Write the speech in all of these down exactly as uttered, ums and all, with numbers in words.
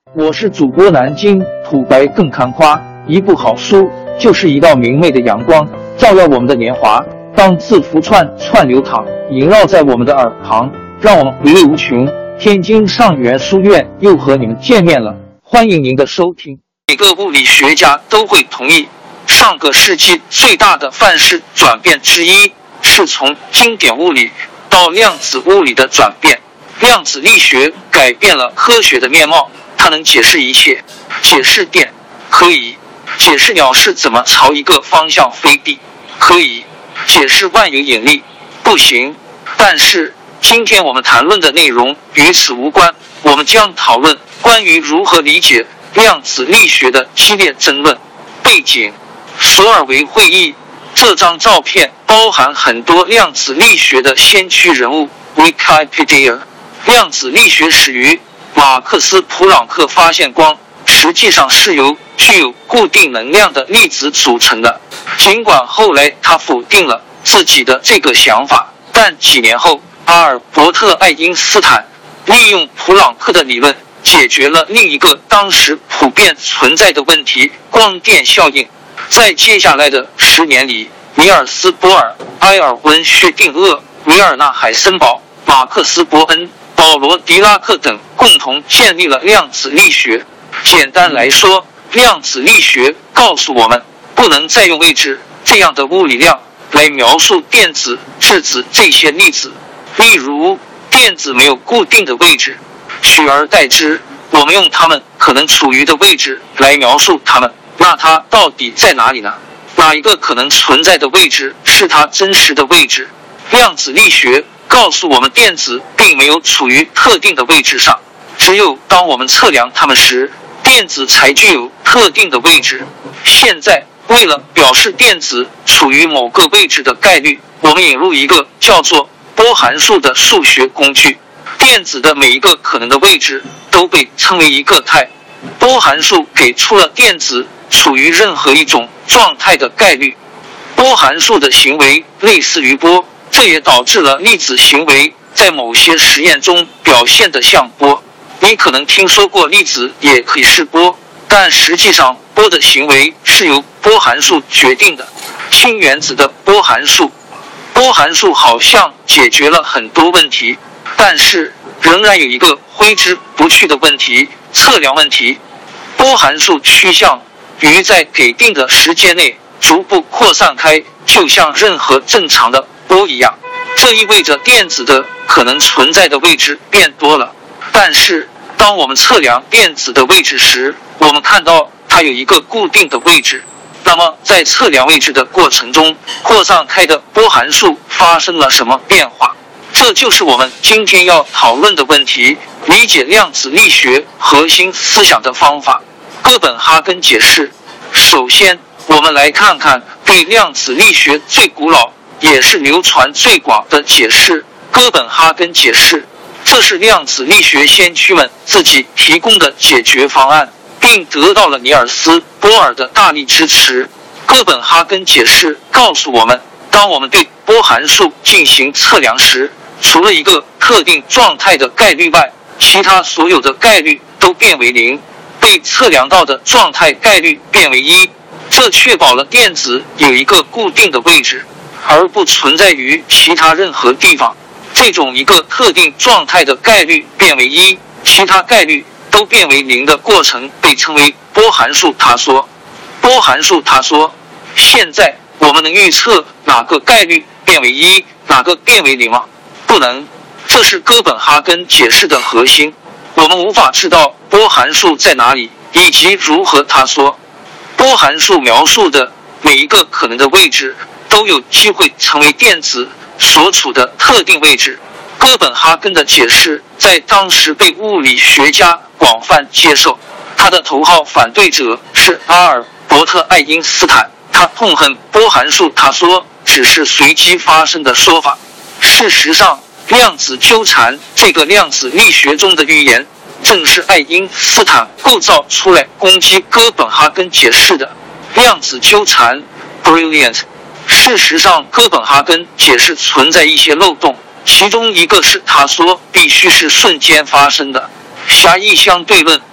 我是主播南京土白更看花，一部好书就是一道明媚的阳光，照耀我们的年华。当字符串串流淌，萦绕在我们的耳旁，让我们回味无穷。天津上元书院又和你们见面了，欢迎您的收听。每个物理学家都会同意，上个世纪最大的范式转变之一是从经典物理到量子物理的转变。量子力学改变了科学的面貌，它能解释一切，解释电可以，解释鸟是怎么朝一个方向飞地可以，解释万有引力不行。但是今天我们谈论的内容与此无关，我们将讨论关于如何理解量子力学的激烈争论。背景：索尔维会议。这张照片包含很多量子力学的先驱人物。 Wikipedia。 量子力学始于马克思·普朗克发现光实际上是由具有固定能量的粒子组成的。尽管后来他否定了自己的这个想法，但几年后阿尔伯特·爱因斯坦利用普朗克的理论解决了另一个当时普遍存在的问题——光电效应。在接下来的十年里，尼尔斯·波尔、埃尔温·薛定谔、维尔纳·海森堡、马克思·伯恩、保罗·狄拉克等共同建立了量子力学。简单来说，量子力学告诉我们，不能再用位置这样的物理量来描述电子、质子这些粒子。例如，电子没有固定的位置，取而代之，我们用它们可能处于的位置来描述它们。那它到底在哪里呢？哪一个可能存在的位置是它真实的位置？量子力学告诉我们，电子并没有处于特定的位置上，只有当我们测量它们时，电子才具有特定的位置。现在，为了表示电子处于某个位置的概率，我们引入一个叫做波函数的数学工具。电子的每一个可能的位置都被称为一个态。波函数给出了电子处于任何一种状态的概率。波函数的行为类似于波，这也导致了粒子行为在某些实验中表现得像波。你可能听说过粒子也可以是波，但实际上波的行为是由波函数决定的。氢原子的波函数，波函数好像解决了很多问题，但是仍然有一个挥之不去的问题——测量问题。波函数趋向于在给定的时间内逐步扩散开，就像任何正常的波一样。这意味着电子的可能存在的位置变多了。但是当我们测量电子的位置时，我们看到它有一个固定的位置。那么在测量位置的过程中，扩散开的波函数发生了什么变化？这就是我们今天要讨论的问题，理解量子力学核心思想的方法。哥本哈根解释。首先，我们来看看对量子力学最古老也是流传最广的解释——哥本哈根解释。这是量子力学先驱们自己提供的解决方案，并得到了尼尔斯·波尔的大力支持。哥本哈根解释告诉我们，当我们对波函数进行测量时，除了一个特定状态的概率外，其他所有的概率都变为零，被测量到的状态概率变为一。这确保了电子有一个固定的位置，而不存在于其他任何地方。这种一个特定状态的概率变为一，其他概率都变为零的过程被称为波函数塌缩。波函数塌缩。现在我们能预测哪个概率变为一，哪个变为零吗？不能。这是哥本哈根解释的核心。我们无法知道波函数在哪里以及如何塌缩。波函数描述的每一个可能的位置都有机会成为电子所处的特定位置。哥本哈根的解释在当时被物理学家广泛接受。他的头号反对者是阿尔伯特·爱因斯坦，他痛恨波函数塌缩只是随机发生的说法。事实上，量子纠缠这个量子力学中的预言，正是爱因斯坦构造出来攻击哥本哈根解释的。量子纠缠 brilliant。 事实上，哥本哈根解释存在一些漏洞，其中一个是塌缩必须是瞬间发生的。狭义相对论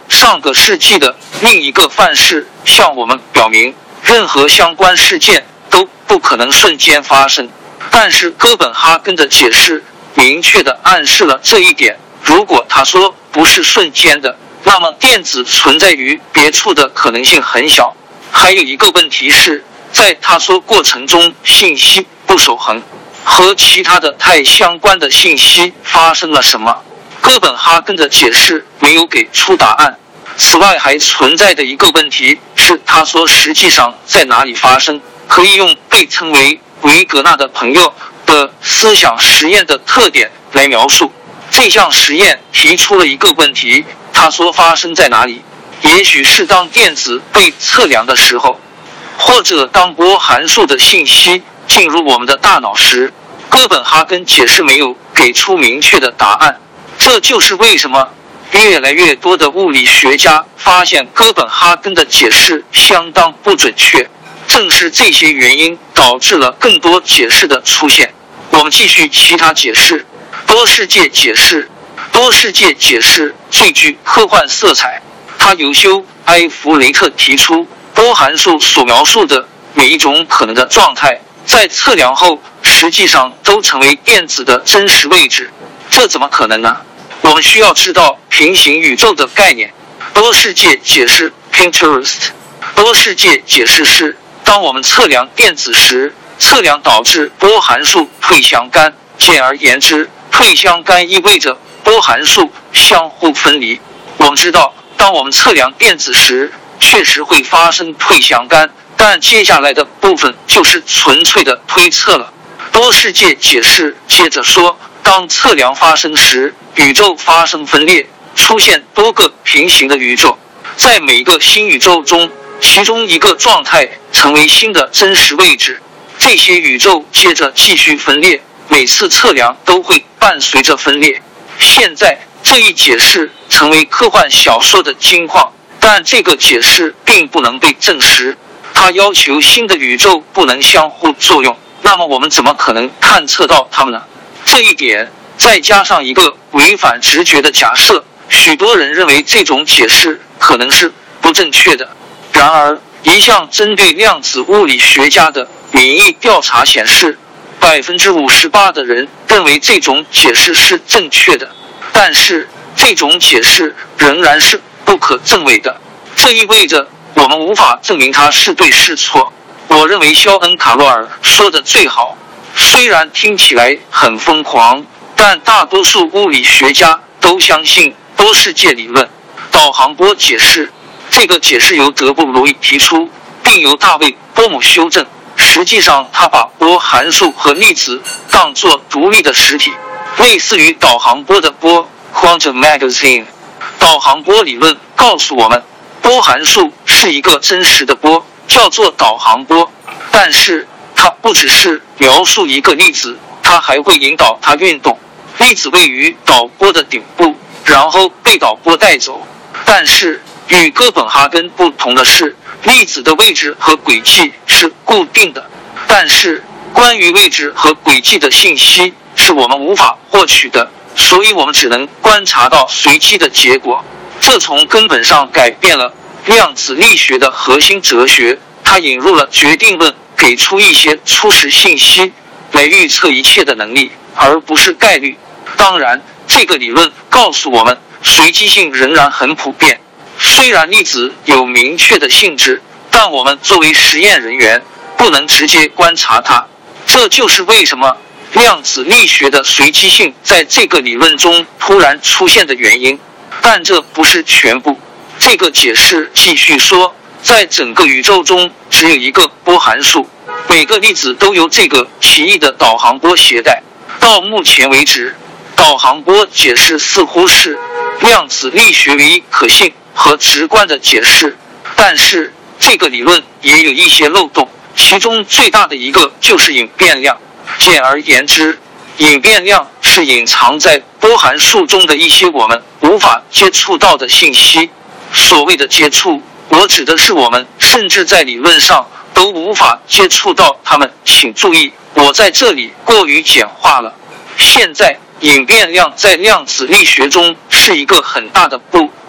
上个世纪的另一个范式向我们表明，任何相关事件都不可能瞬间发生。但是哥本哈根的解释明确地暗示了这一点。如果他说不是瞬间的，那么电子存在于别处的可能性很小。还有一个问题是，在他说过程中信息不守恒，和其他的太相关的信息发生了什么？哥本哈根的解释没有给出答案。此外，还存在的一个问题是，他说实际上在哪里发生，可以用被称为维格纳的朋友的思想实验的特点来描述。这项实验提出了一个问题，他说发生在哪里？也许是当电子被测量的时候，或者当波函数的信息进入我们的大脑时。哥本哈根解释没有给出明确的答案，这就是为什么越来越多的物理学家发现哥本哈根的解释相当不准确。正是这些原因导致了更多解释的出现。我们继续其他解释。多世界解释。多世界解释最具科幻色彩。它由休·埃弗雷特提出，波函数所描述的每一种可能的状态，在测量后实际上都成为电子的真实位置。这怎么可能呢？我们需要知道平行宇宙的概念。多世界解释 Pinterest。多世界解释是，当我们测量电子时，测量导致波函数退相干。简而言之，退相干意味着波函数相互分离。我们知道，当我们测量电子时，确实会发生退相干，但接下来的部分就是纯粹的推测了。多世界解释接着说，当测量发生时，宇宙发生分裂，出现多个平行的宇宙。在每个新宇宙中，其中一个状态成为新的真实位置，这些宇宙接着继续分裂，每次测量都会伴随着分裂。现在这一解释成为科幻小说的金矿，但这个解释并不能被证实。它要求新的宇宙不能相互作用，那么我们怎么可能探测到它们呢？这一点再加上一个违反直觉的假设，许多人认为这种解释可能是不正确的。然而，一项针对量子物理学家的民意调查显示，百分之五十八的人认为这种解释是正确的，但是这种解释仍然是不可证伪的。这意味着我们无法证明它是对是错。我认为肖恩·卡罗尔说的最好，虽然听起来很疯狂，但大多数物理学家都相信多世界理论。导航波解释，这个解释由德布罗意提出，并由大卫·波姆修正。实际上，他把波函数和粒子当作独立的实体，类似于导航波的波 Quantum Magazine。导航波理论告诉我们，波函数是一个真实的波，叫做导航波。但是它不只是描述一个粒子，它还会引导它运动。粒子位于导波的顶部，然后被导波带走。但是与哥本哈根不同的是，粒子的位置和轨迹是固定的。但是关于位置和轨迹的信息是我们无法获取的，所以我们只能观察到随机的结果。这从根本上改变了量子力学的核心哲学。它引入了决定论，给出一些初始信息来预测一切的能力，而不是概率。当然，这个理论告诉我们，随机性仍然很普遍。虽然粒子有明确的性质，但我们作为实验人员不能直接观察它。这就是为什么量子力学的随机性在这个理论中突然出现的原因。但这不是全部。这个解释继续说，在整个宇宙中只有一个波函数，每个粒子都由这个奇异的导航波携带。到目前为止，导航波解释似乎是量子力学唯一可信和直观的解释，但是这个理论也有一些漏洞，其中最大的一个就是隐变量。简而言之，隐变量是隐藏在波函数中的一些我们无法接触到的信息。所谓的接触，我指的是我们甚至在理论上都无法接触到它们。请注意，我在这里过于简化了。现在，隐变量在量子力学中是一个很大的不，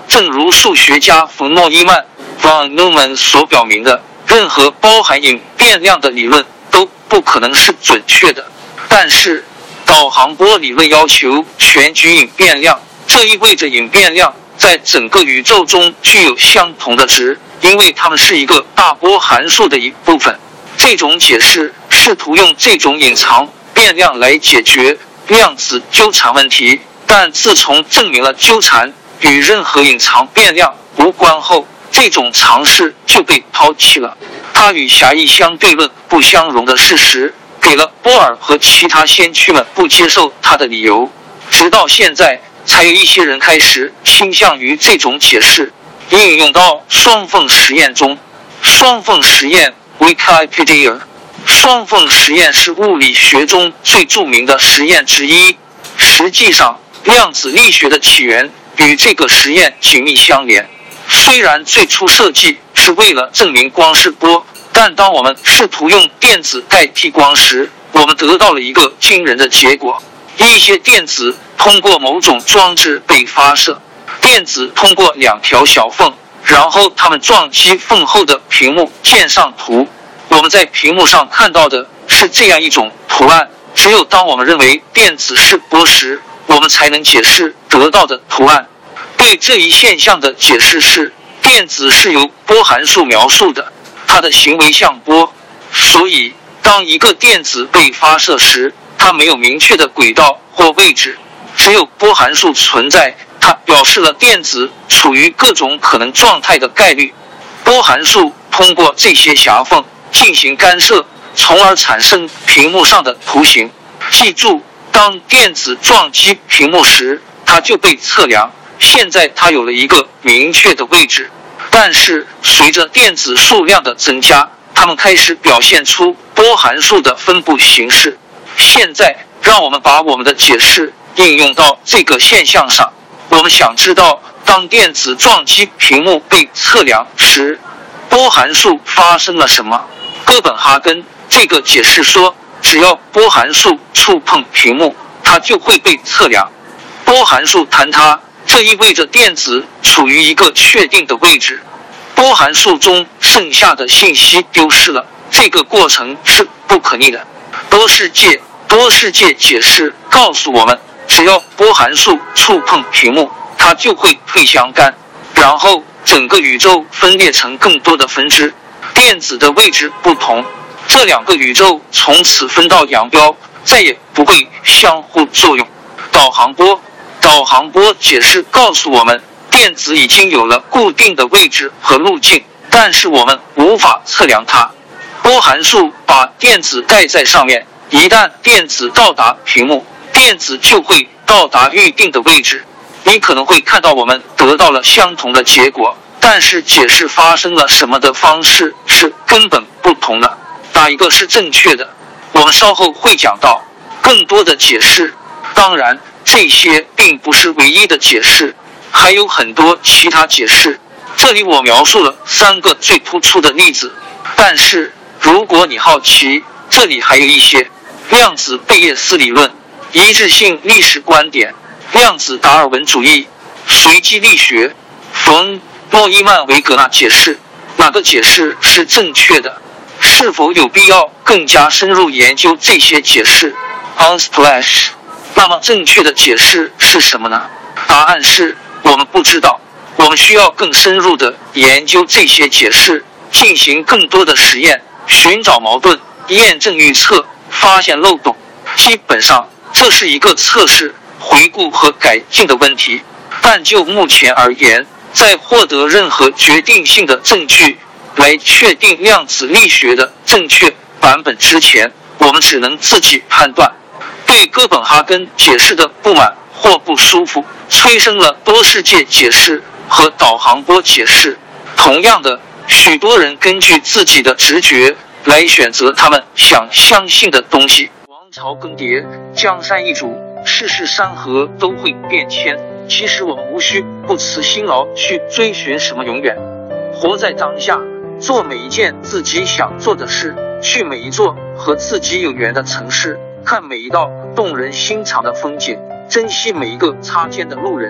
正如数学家冯诺依曼 von Neumann 所表明的，任何包含隐变量的理论都不可能是准确的。但是导航波理论要求全局隐变量，这意味着隐变量在整个宇宙中具有相同的值，因为它们是一个大波函数的一部分。这种解释试图用这种隐藏变量来解决量子纠缠问题，但自从证明了纠缠与任何隐藏变量无关后，这种尝试就被抛弃了。它与狭义相对论不相容的事实给了波尔和其他先驱们不接受它的理由，直到现在才有一些人开始倾向于这种解释，应用到双缝实验中。双缝实验 Wikipedia 双缝实验是物理学中最著名的实验之一。实际上，量子力学的起源与这个实验紧密相连。虽然最初设计是为了证明光是波，但当我们试图用电子代替光时，我们得到了一个惊人的结果。一些电子通过某种装置被发射，电子通过两条小缝，然后它们撞击缝后的屏幕键上图。我们在屏幕上看到的是这样一种图案，只有当我们认为电子是波时，我们才能解释得到的图案。对这一现象的解释是，电子是由波函数描述的，它的行为像波，所以当一个电子被发射时，它没有明确的轨道或位置，只有波函数存在，它表示了电子处于各种可能状态的概率。波函数通过这些狭缝进行干涉，从而产生屏幕上的图形。记住，当电子撞击屏幕时，它就被测量，现在它有了一个明确的位置。但是随着电子数量的增加，它们开始表现出波函数的分布形式。现在让我们把我们的解释应用到这个现象上。我们想知道，当电子撞击屏幕被测量时，波函数发生了什么？哥本哈根这个解释说，只要波函数触碰屏幕，它就会被测量。波函数坍塌，这意味着电子处于一个确定的位置，波函数中剩下的信息丢失了，这个过程是不可逆的。多世界多世界解释告诉我们，只要波函数触碰屏幕，它就会退相干，然后整个宇宙分裂成更多的分支。电子的位置不同，这两个宇宙从此分道扬镳，再也不会相互作用。导航波导航波解释告诉我们，电子已经有了固定的位置和路径，但是我们无法测量它。波函数把电子带在上面，一旦电子到达屏幕，电子就会到达预定的位置。你可能会看到我们得到了相同的结果，但是解释发生了什么的方式是根本不同的。哪一个是正确的？我们稍后会讲到更多的解释。当然，这些并不是唯一的解释，还有很多其他解释。这里我描述了三个最突出的例子，但是如果你好奇，这里还有一些：量子贝叶斯理论、一致性历史观点、量子达尔文主义、随机力学。冯诺依曼维格纳解释，哪个解释是正确的？是否有必要更加深入研究这些解释 ？Unsplash。那么正确的解释是什么呢？答案是我们不知道。我们需要更深入的研究这些解释，进行更多的实验，寻找矛盾，验证预测，发现漏洞。基本上，这是一个测试、回顾和改进的问题。但就目前而言，在获得任何决定性的证据来确定量子力学的正确版本之前，我们只能自己判断。对哥本哈根解释的不满或不舒服，催生了多世界解释和导航波解释。同样的，许多人根据自己的直觉来选择他们想相信的东西。王朝更迭，江山易主，世事山河都会变迁。其实我们无需不辞辛劳去追寻什么永远，活在当下，做每一件自己想做的事，去每一座和自己有缘的城市，看每一道动人心肠的风景，珍惜每一个擦肩的路人。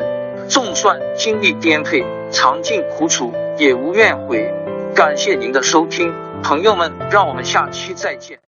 纵算经历颠沛，尝尽苦楚，也无怨悔。感谢您的收听，朋友们，让我们下期再见。